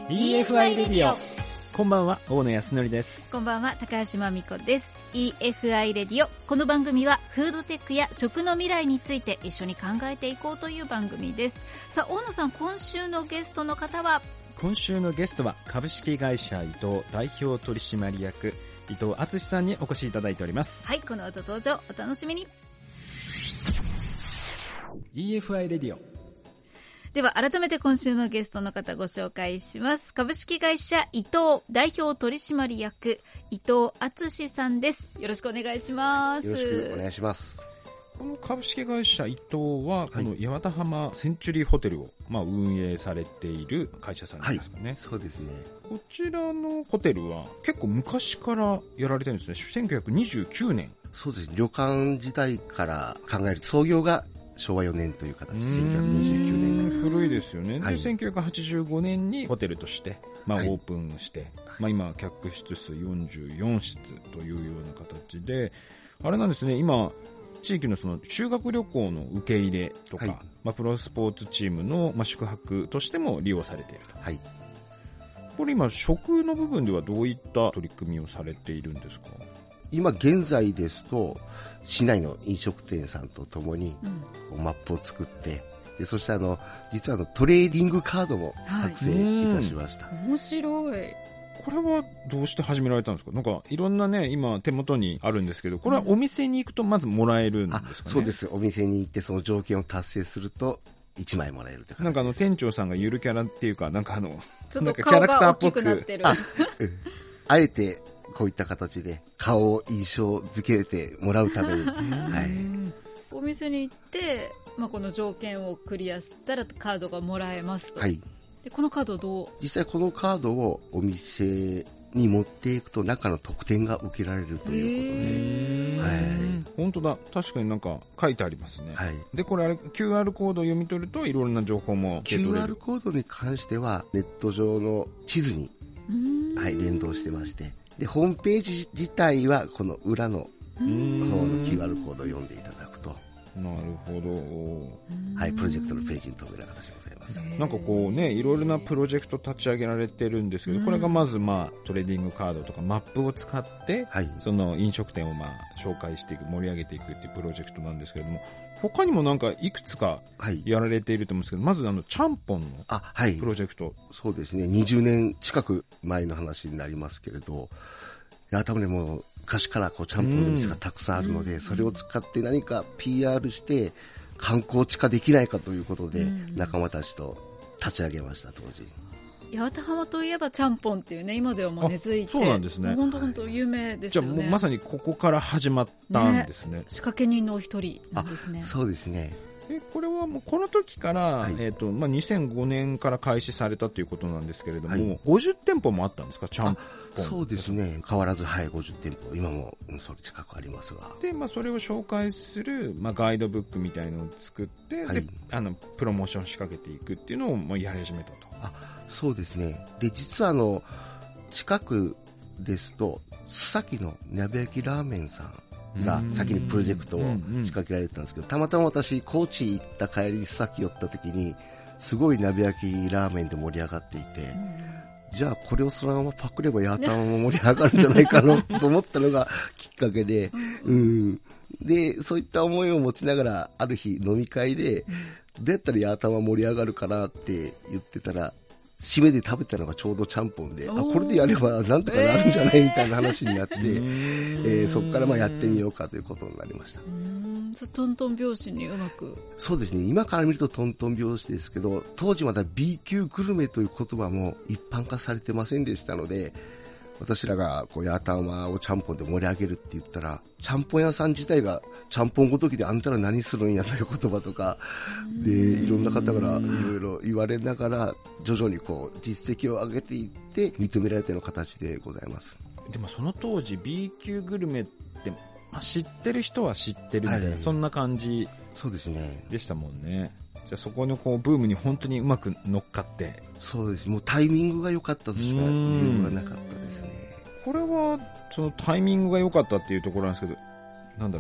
EFI レディオ。こんばんは、大野康則です。 こんばんは、高橋真美子です。 EFI レディオ。この番組はフードテックや食の未来について一緒に考えていこうという番組です。さあ、大野さん、今週のゲストの方は？ 今週のゲストは株式会社伊藤代表取締役伊藤敦さんにお越しいただいております。 はい、この後登場お楽しみに。 EFI レディオ。 では改めて今週のゲストの方ご紹介します。株式会社伊藤代表取締役伊藤敦さんです。よろしくお願いします。 よろしくお願いします。 この株式会社伊藤はこの八幡浜センチュリーホテルを運営されている会社さんですかね。 はい、そうですね。 こちらのホテルは結構昔からやられてるんですね。1929年。 そうですね。旅館時代から考えると創業が昭和4年という形で1929年。 古いですよね。 はい、 で1985年にホテルとして、 はい、 オープンして、今客室数44室というような形で、あれなんですね、今地域のその修学旅行の受け入れとか、はい、プロスポーツチームの宿泊としても利用されていると。 はい、 これ今食の部分ではどういった取り組みをされているんですか？ 今現在ですと市内の飲食店さんとともにマップを作って、でそして実はトレーディングカードも作成いたしました。 面白い。 これはどうして始められたんですか？なんかいろんなね、今手元にあるんですけど、これはお店に行くとまずもらえるんですかね？ そうです。お店に行ってその条件を達成すると1枚もらえるって感じです。 なんか店長さんがゆるキャラっていうか、なんかちょっと顔が大きくなってる。 あえてこういった形で顔を印象付けてもらうために、はい、 お店に行って、この条件をクリアしたらカードがもらえますと。 はい。 でこのカードをどう？ 実際このカードをお店に持っていくと中の特典が受けられるということで、はい、 本当だ。確かになんか書いてありますね。 はい。でこれQR コードを読み取るといろんな情報も受け取れる。 QR コードに関してはネット上の地図に、はい、連動してまして、でホームページ自体はこの裏の方の QR コードを読んでいただくと、 なるほど、 はい、プロジェクトのページに飛べる形でございます。 なんかこうね、いろいろなプロジェクト立ち上げられてるんですけど、これがまずトレーディングカードとかマップを使って、はい、その飲食店を紹介していく、盛り上げていくっていうプロジェクトなんですけれども、他にもなんかいくつかやられていると思うんですけど、まずちゃんぽんのプロジェクト、 そうですね、20年近く前の話になりますけれど、多分ね、もう昔からちゃんぽんの店がたくさんあるので、それを使って何か PR して観光地化できないかということで、仲間たちと立ち上げました。当時八幡浜といえばちゃんぽんっていうね、今ではもう根付いて、 そうなんですね。 本当有名ですよね。 じゃあもうまさにここから始まったんですね。 仕掛け人のお一人なんですね。 そうですね。 これはもうこの時から、はい、2005年から開始されたということなんですけれども、はい、50店舗もあったんですか？ちゃんぽん。 そうですね、変わらず、はい、50店舗今もそれ近くありますが、 で、それを紹介する、ガイドブックみたいのを作って、はい、でプロモーション仕掛けていくっていうのをやり始めたと。 そうですね。で実は近くですと須崎の鍋焼きラーメンさんが先にプロジェクトを仕掛けられてたんですけど、たまたま私高知行った帰りに須崎寄った時にすごい鍋焼きラーメンで盛り上がっていて、じゃあこれをそのままパクれば八幡も盛り上がるんじゃないかなと思ったのがきっかけで、でそういった思いを持ちながらある日飲み会でどうやったら八幡盛り上がるかなって言ってたら、締めで食べたのがちょうどちゃんぽんで、これでやればなんとかなるんじゃないみたいな話になって、そこからやってみようかということになりました。 トントン拍子にうまく。そうですね、 今から見るとトントン拍子ですけど、当時まだ B 級グルメという言葉も一般化されてませんでしたので、私らが八幡をちゃんぽんで盛り上げるって言ったら、ちゃんぽん屋さん自体がちゃんぽんごときであんたら何するんやという言葉とかで、いろんな方からいろいろ言われながら徐々に実績を上げていって認められての形でございます。 でもその当時 B 級グルメって知ってる人は知ってるみたいな、はい、そんな感じでしたもんね。じゃあそこのブームに本当にうまく乗っかって。 そうです。もうタイミングが良かったとしか言いようがなかったですね。 これはそのタイミングが良かったっていうところなんですけど、なんだろう、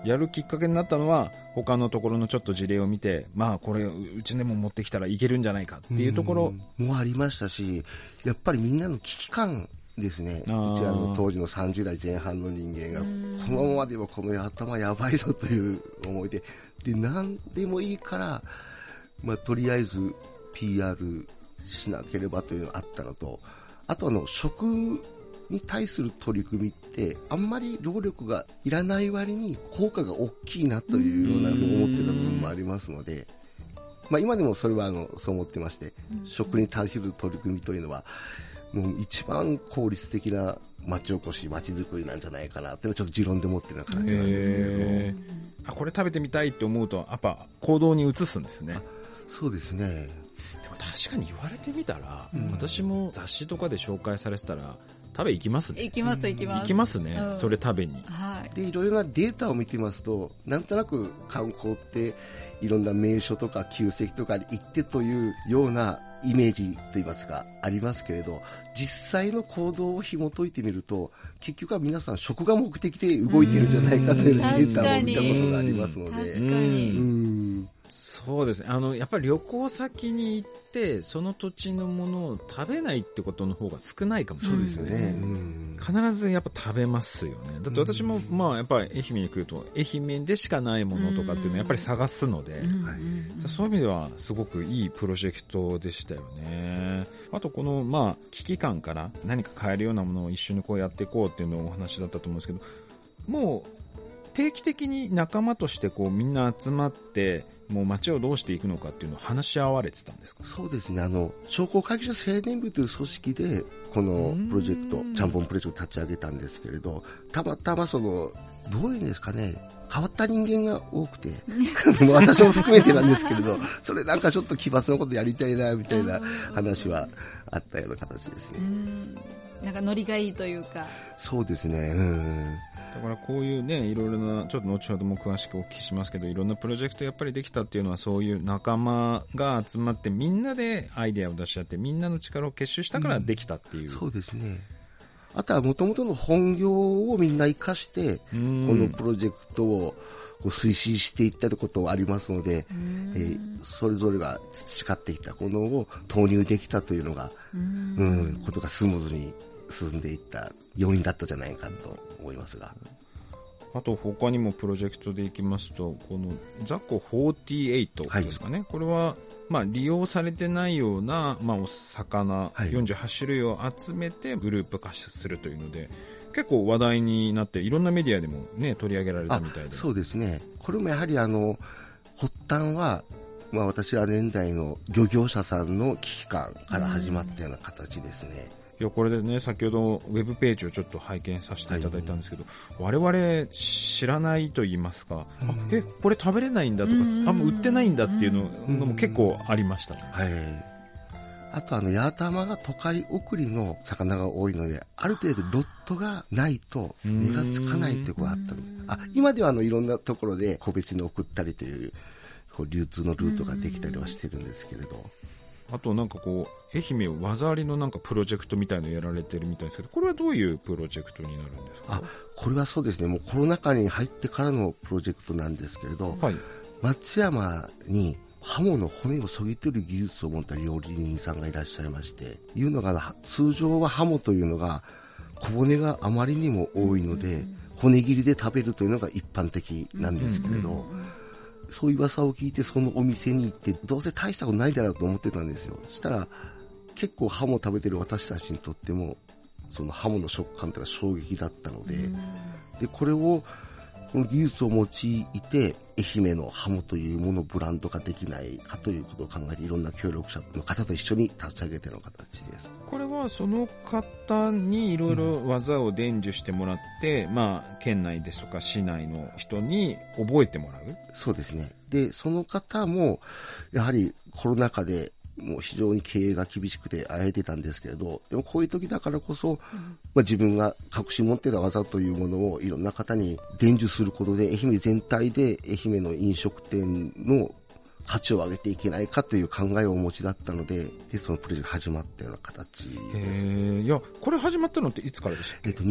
やるきっかけになったのは他のところのちょっと事例を見て、まあこれうちでも持ってきたらいけるんじゃないかっていうところもありましたし、やっぱりみんなの危機感ですね。うち当時の30代前半の人間がこのままではこの頭やばいぞという思いで、何でもいいから、とりあえず PR しなければというのがあったのと、あと食に対する取り組みってあんまり労力がいらない割に効果が大きいなというようなことを思ってた部分もありますので、今でもそれはそう思ってまして、食に対する取り組みというのはもう一番効率的な町おこし、町づくりなんじゃないかなというのはちょっと持論で持ってるような感じなんですけれど、 これ食べてみたいって思うとやっぱ行動に移すんですね。 そうですね。 でも確かに言われてみたら、私も雑誌とかで紹介されてたら食べ行きますね。 行きますね、 それ食べに。 でいろいろなデータを見てますと、なんとなく観光っていろんな名所とか旧跡とかに行ってというようなイメージといいますかありますけれど、実際の行動を紐解いてみると結局は皆さん食が目的で動いてるんじゃないかというデータを見たことがありますので。 確かに。 そうですね。やっぱり旅行先に行ってその土地のものを食べないってことの方が少ないかもしれないですね。 そうですね。 必ずやっぱ食べますよね。だって私もやっぱり愛媛に来ると愛媛でしかないものとかっていうのはやっぱり探すので、そういう意味ではすごくいいプロジェクトでしたよね。あとこの危機感から何か変えるようなものを一緒にやっていこうっていうのをお話だったと思うんですけど、もう定期的に仲間としてみんな集まってもう街をどうしていくのかっていうのを話し合われてたんですか？ そうですね。商工会議所青年部という組織でこのプロジェクト、ちゃんぽんプロジェクトを立ち上げたんですけれど、たまたまどういうんですかね、変わった人間が多くて私も含めてなんですけれど、それなんかちょっと奇抜なことやりたいなみたいな話はあったような形ですね。 なんかノリがいいというか。 そうですね。 だからこういうね、いろいろな、ちょっと後ほども詳しくお聞きしますけど、いろんなプロジェクトやっぱりできたっていうのは、そういう仲間が集まってみんなでアイデアを出し合ってみんなの力を結集したからできたっていう。 そうですね。あとは元々の本業をみんな活かして、このプロジェクトを推進していったということはありますので、それぞれが培ってきたものを投入できたというのが、ことがスムーズに進んでいった要因だったじゃないかと思いますが。 あと他にもプロジェクトでいきますと、このザコ48ですかね、これは利用されてないような、お魚、48種類を集めてグループ化するというので、結構話題になっていろんなメディアでも、取り上げられたみたいで。 そうですね。これもやはり発端は、私ら年代の漁業者さんの危機感から始まったような形ですね。 いや、これでね、先ほどウェブページをちょっと拝見させていただいたんですけど、我々知らないと言いますか、これ食べれないんだとか、売ってないんだっていうのも結構ありましたね。 あと八幡が都会送りの魚が多いので、ある程度ロットがないと値がつかないということがあったの。今ではいろんなところで個別に送ったりという流通のルートができたりはしてるんですけれど。 あと愛媛を技ありのプロジェクトみたいのをやられてるみたいですけど、これはどういうプロジェクトになるんですか？ これはそうですね、もうコロナ禍に入ってからのプロジェクトなんですけれど、松山にハモの骨をそぎ取る技術を持った料理人さんがいらっしゃいまして、いうのが通常はハモというのが小骨があまりにも多いので、骨切りで食べるというのが一般的なんですけれど、そういう噂を聞いてそのお店に行ってどうせ大したことないだろうと思ってたんですよ。そしたら結構ハモ食べてる私たちにとってもそのハモの食感というのは衝撃だったので、これをこの技術を用いて愛媛のハモというものをブランド化できないかということを考えて、いろんな協力者の方と一緒に立ち上げての形です。 これはその方にいろいろ技を伝授してもらって、県内ですとか市内の人に覚えてもらう？ そうですね。でその方もやはりコロナ禍でもう非常に経営が厳しくてあえてたんですけれど、でもこういう時だからこそ、自分が隠し持ってた技というものをいろんな方に伝授することで、愛媛全体で愛媛の飲食店の価値を上げていけないかという考えをお持ちだったので、そのプロジェクト始まったような形です。 いや、これ始まったのっていつからでしたっけ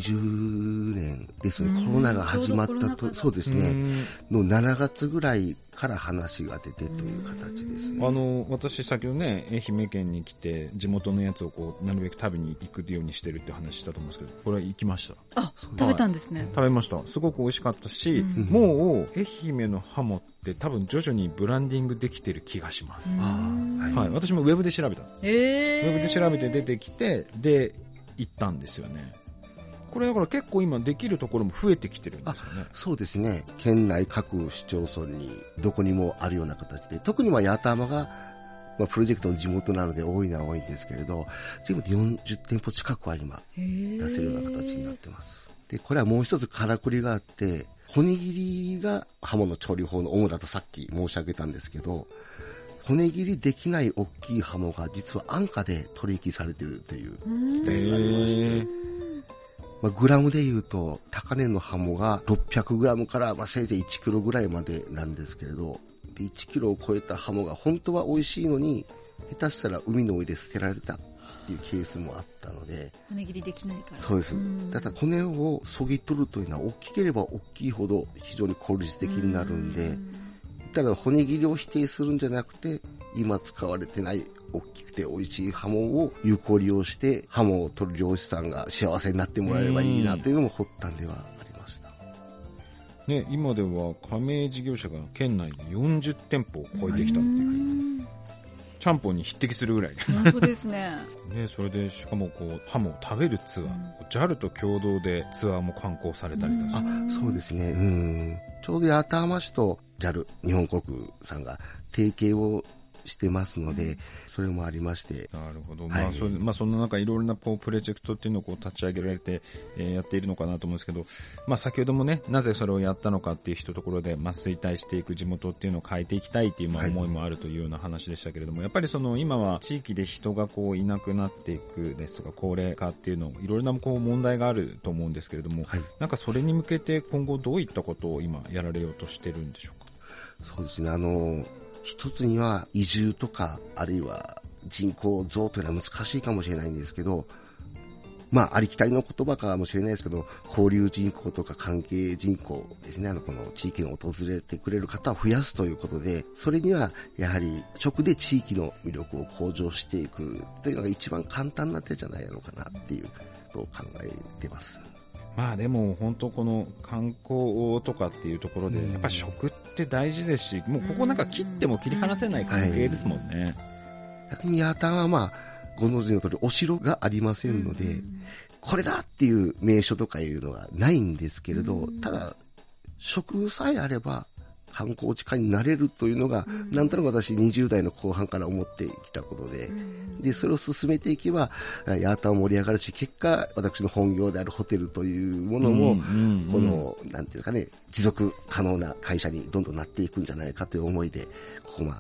？2020年ですね。コロナが始まったと、そうですね。の7月ぐらいから話が出てという形ですね。 私先ほどね、愛媛県に来て、地元のやつをこう、なるべく食べに行くようにしてるって話したと思うんですけど、これは行きました。 あ、食べたんですね。 食べました。すごく美味しかったし、もう、愛媛のハモって多分徐々にブランディングできてる気がします。はい。私もウェブで調べたんです。ウェブで調べて出てきて、で、行ったんですよね。これだから結構今できるところも増えてきてるんですよね。 そうですね。県内各市町村にどこにもあるような形で、特に八幡浜が、プロジェクトの地元なので多いのは多いんですけれど、全部で40店舗近くは今出せるような形になってます。で、これはもう一つからくりがあって、骨切りがハモの調理法の主だとさっき申し上げたんですけど、骨切りできない大きいハモが実は安価で取引されているという時代がありまして、グラムで言うと高値のハモが600グラムからせいぜい1キロぐらいまでなんですけれど、で1キロを超えたハモが本当は美味しいのに、下手したら海の上で捨てられたっていうケースもあったので、 骨切りできないから。 そうです。ただ骨をそぎ取るというのは大きければ大きいほど非常に効率的になるんで、ただ骨切りを否定するんじゃなくて、今使われてない大きくて美味しいハモを有効利用してハモを取る漁師さんが幸せになってもらえればいいなというのも発端ではありました。 ね、今では加盟事業者が県内で40店舗を超えてきたっていう。ちゃんぽんに匹敵するぐらい。 本当ですね。 ね、それでしかもこうハモを食べるツアー、JAL と共同でツアーも観光されたりだし。 そうですね。ちょうど八幡浜市と JAL 日本航空さんが提携をしてますので、それもありまして。 なるほど。そんな中いろいろなプロジェクトっていうのを立ち上げられて、やっているのかなと思うんですけど、先ほどもね、なぜそれをやったのかっていうところで、衰退していく地元っていうのを変えていきたいっていう思いもあるというような話でしたけれども、やっぱり今は地域で人がいなくなっていくですとか、高齢化っていうの、いろいろな問題があると思うんですけれども、なんかそれに向けて今後どういったことを今やられようとしてるんでしょうか？ そうですね。一つには移住とか、あるいは人口増というのは難しいかもしれないんですけど、ありきたりの言葉かもしれないですけど、交流人口とか関係人口ですね、この地域に訪れてくれる方を増やすということで、それにはやはり直で地域の魅力を向上していくというのが一番簡単な手じゃないのかなっていうことを考えてます。 でも本当この観光とかっていうところで、やっぱり食って大事ですし、もうここなんか切っても切り離せない関係ですもんね。 逆に八幡はご存知の通りお城がありませんので、これだっていう名所とかいうのがないんですけれど、ただ食さえあれば観光地化になれるというのが、なんとなく私20代の後半から思ってきたことで、それを進めていけば八幡も盛り上がるし、結果私の本業であるホテルというものも、このなんていうかね、持続可能な会社にどんどんなっていくんじゃないかという思いで、ここ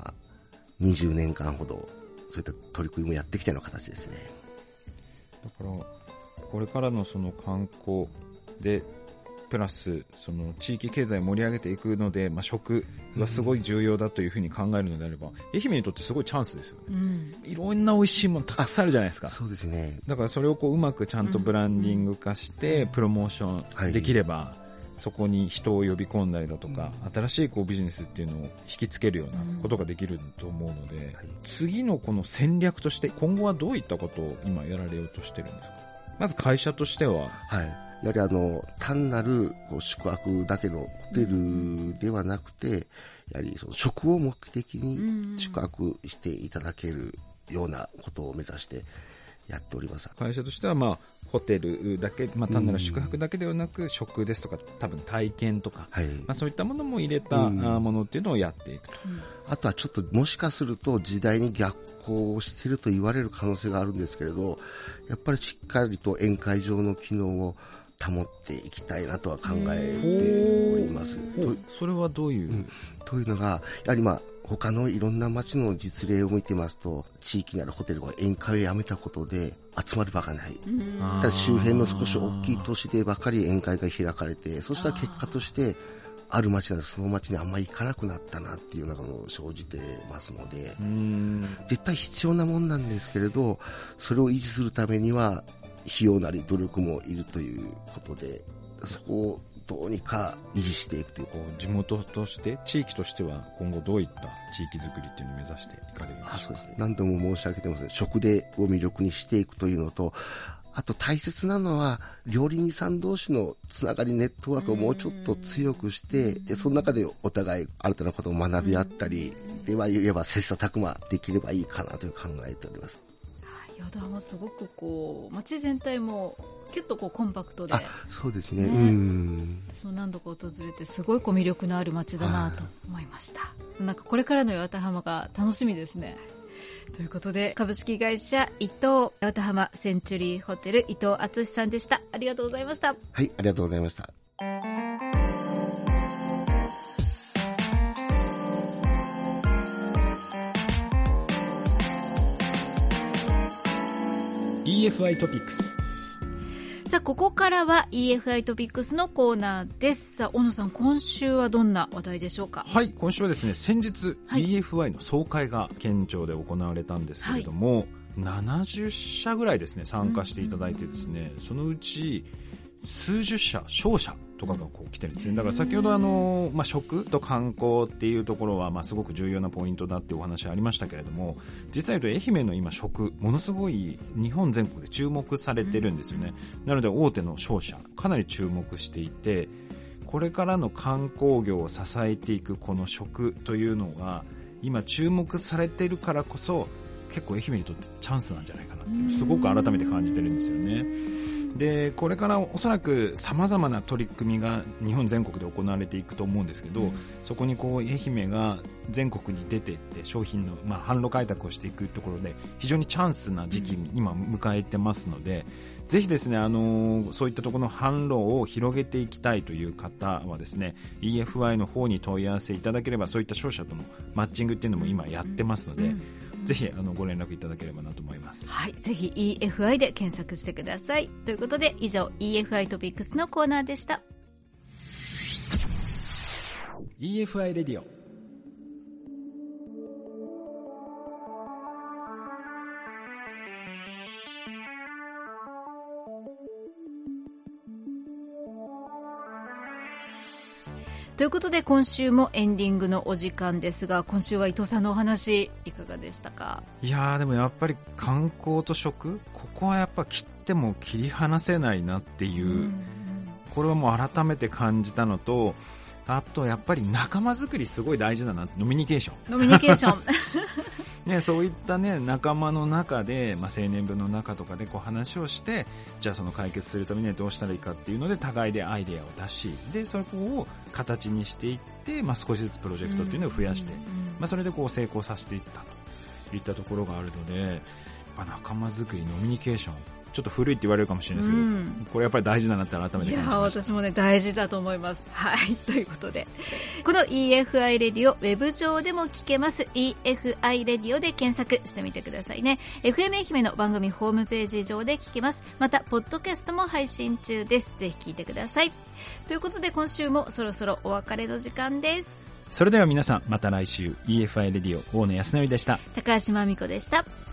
20年間ほどそういった取り組みもやってきたような形ですね。 だからこれからの観光でプラス地域経済を盛り上げていくので、食がすごい重要だというふうに考えるのであれば、愛媛にとってすごいチャンスですよね。いろんな美味しいものたくさんあるじゃないですか。 そうですね。 だからそれをうまくちゃんとブランディング化してプロモーションできれば、そこに人を呼び込んだりだとか、新しいビジネスっていうのを引きつけるようなことができると思うので、次のこの戦略として今後はどういったことを今やられようとしてるんですか？まず会社としては、 やはり単なる宿泊だけのホテルではなくて、やはり食を目的に宿泊していただけるようなことを目指してやっております。 会社としてはホテルだけ、単なる宿泊だけではなく、食ですとか多分体験とか、そういったものも入れたものっていうのをやっていくと。 あとはちょっともしかすると時代に逆行していると言われる可能性があるんですけれど、やっぱりしっかりと宴会場の機能を保っていきたいなとは考えております。 それはどういう、 というのが、やはり他のいろんな街の実例を見てますと、地域にあるホテルが宴会をやめたことで集まる場がない。ただ周辺の少し大きい都市でばかり宴会が開かれて、そしたら結果としてある町なんですその町にあんまり行かなくなったなっていうのが生じてますので、絶対必要なもんなんですけれど、それを維持するためには費用なり努力もいるということで、そこをどうにか維持していくという。 地元として地域としては今後どういった地域づくりっていうのを目指していかれるんでしょうか。 そうですね、何度も申し上げてますね、食でを魅力にしていくというのと、あと大切なのは料理人さん同士のつながりネットワークをもうちょっと強くして、でその中でお互い新たなことを学び合ったり、では言えば切磋琢磨できればいいかなと考えております。 淀川もすごく街全体もキュッとコンパクトで、 そうですね、 私も何度か訪れてすごい魅力のある街だなと思いました。なんかこれからの八幡浜が楽しみですね。ということで、株式会社伊東八幡浜センチュリーホテル伊藤敦さんでした。ありがとうございました。 はい、ありがとうございました。 EFI トピックス。 さあ、ここからは EFI トピックスのコーナーです。さあ、小野さん、今週はどんな話題でしょうか。 はい、今週はですね、先日、EFI の総会が県庁で行われたんですけれども、70社ぐらいですね、参加していただいてですね、そのうち数十社、商社とかが来てるんですね。だから先ほど食と観光っていうところはすごく重要なポイントだっていうお話ありましたけれども、実際言うと愛媛の今食ものすごい日本全国で注目されてるんですよね。なので大手の商社かなり注目していて、これからの観光業を支えていくこの食というのが今注目されているからこそ、結構愛媛にとってチャンスなんじゃないかなってすごく改めて感じてるんですよね。で、これからおそらく様々な取り組みが日本全国で行われていくと思うんですけど、そこに愛媛が全国に出ていって商品の販路開拓をしていくところで非常にチャンスな時期に今迎えてますので、ぜひですね、そういったところの販路を広げていきたいという方はですね、 EFI の方に問い合わせいただければ、そういった商社とのマッチングっていうのも今やってますので、ぜひご連絡いただければなと思います。 はい、ぜひ EFI で検索してください。ということで、以上 EFI トピックスのコーナーでした。 EFI レディオ。 ということで、今週もエンディングのお時間ですが、今週は伊藤さんのお話いかがでしたか。 いやー、でもやっぱり観光と食、ここはやっぱ切っても切り離せないなっていう、これはもう改めて感じたのと、あとやっぱり仲間作りすごい大事だな。ノミニケーションね、そういったね、仲間の中で、青年部の中とかで話をして、じゃあその解決するためにはどうしたらいいかっていうので、互いでアイデアを出し、でそこを形にしていって、少しずつプロジェクトっていうのを増やして、それで成功させていったといったところがあるので、仲間作り、ノミニケーション、ちょっと古いって言われるかもしれないですけど、これやっぱり大事だなって改めて感じました。 いや、私もね、大事だと思います。はい、ということで、この EFI レディオウェブ上でも聞けます。 EFI レディオで検索してみてくださいね。 FM 愛媛の番組ホームページ上で聞けます。またポッドキャストも配信中です。ぜひ聞いてください。ということで、今週もそろそろお別れの時間です。 それでは皆さん、また来週。 EFI レディオ大野康則でした。 高橋真美子でした。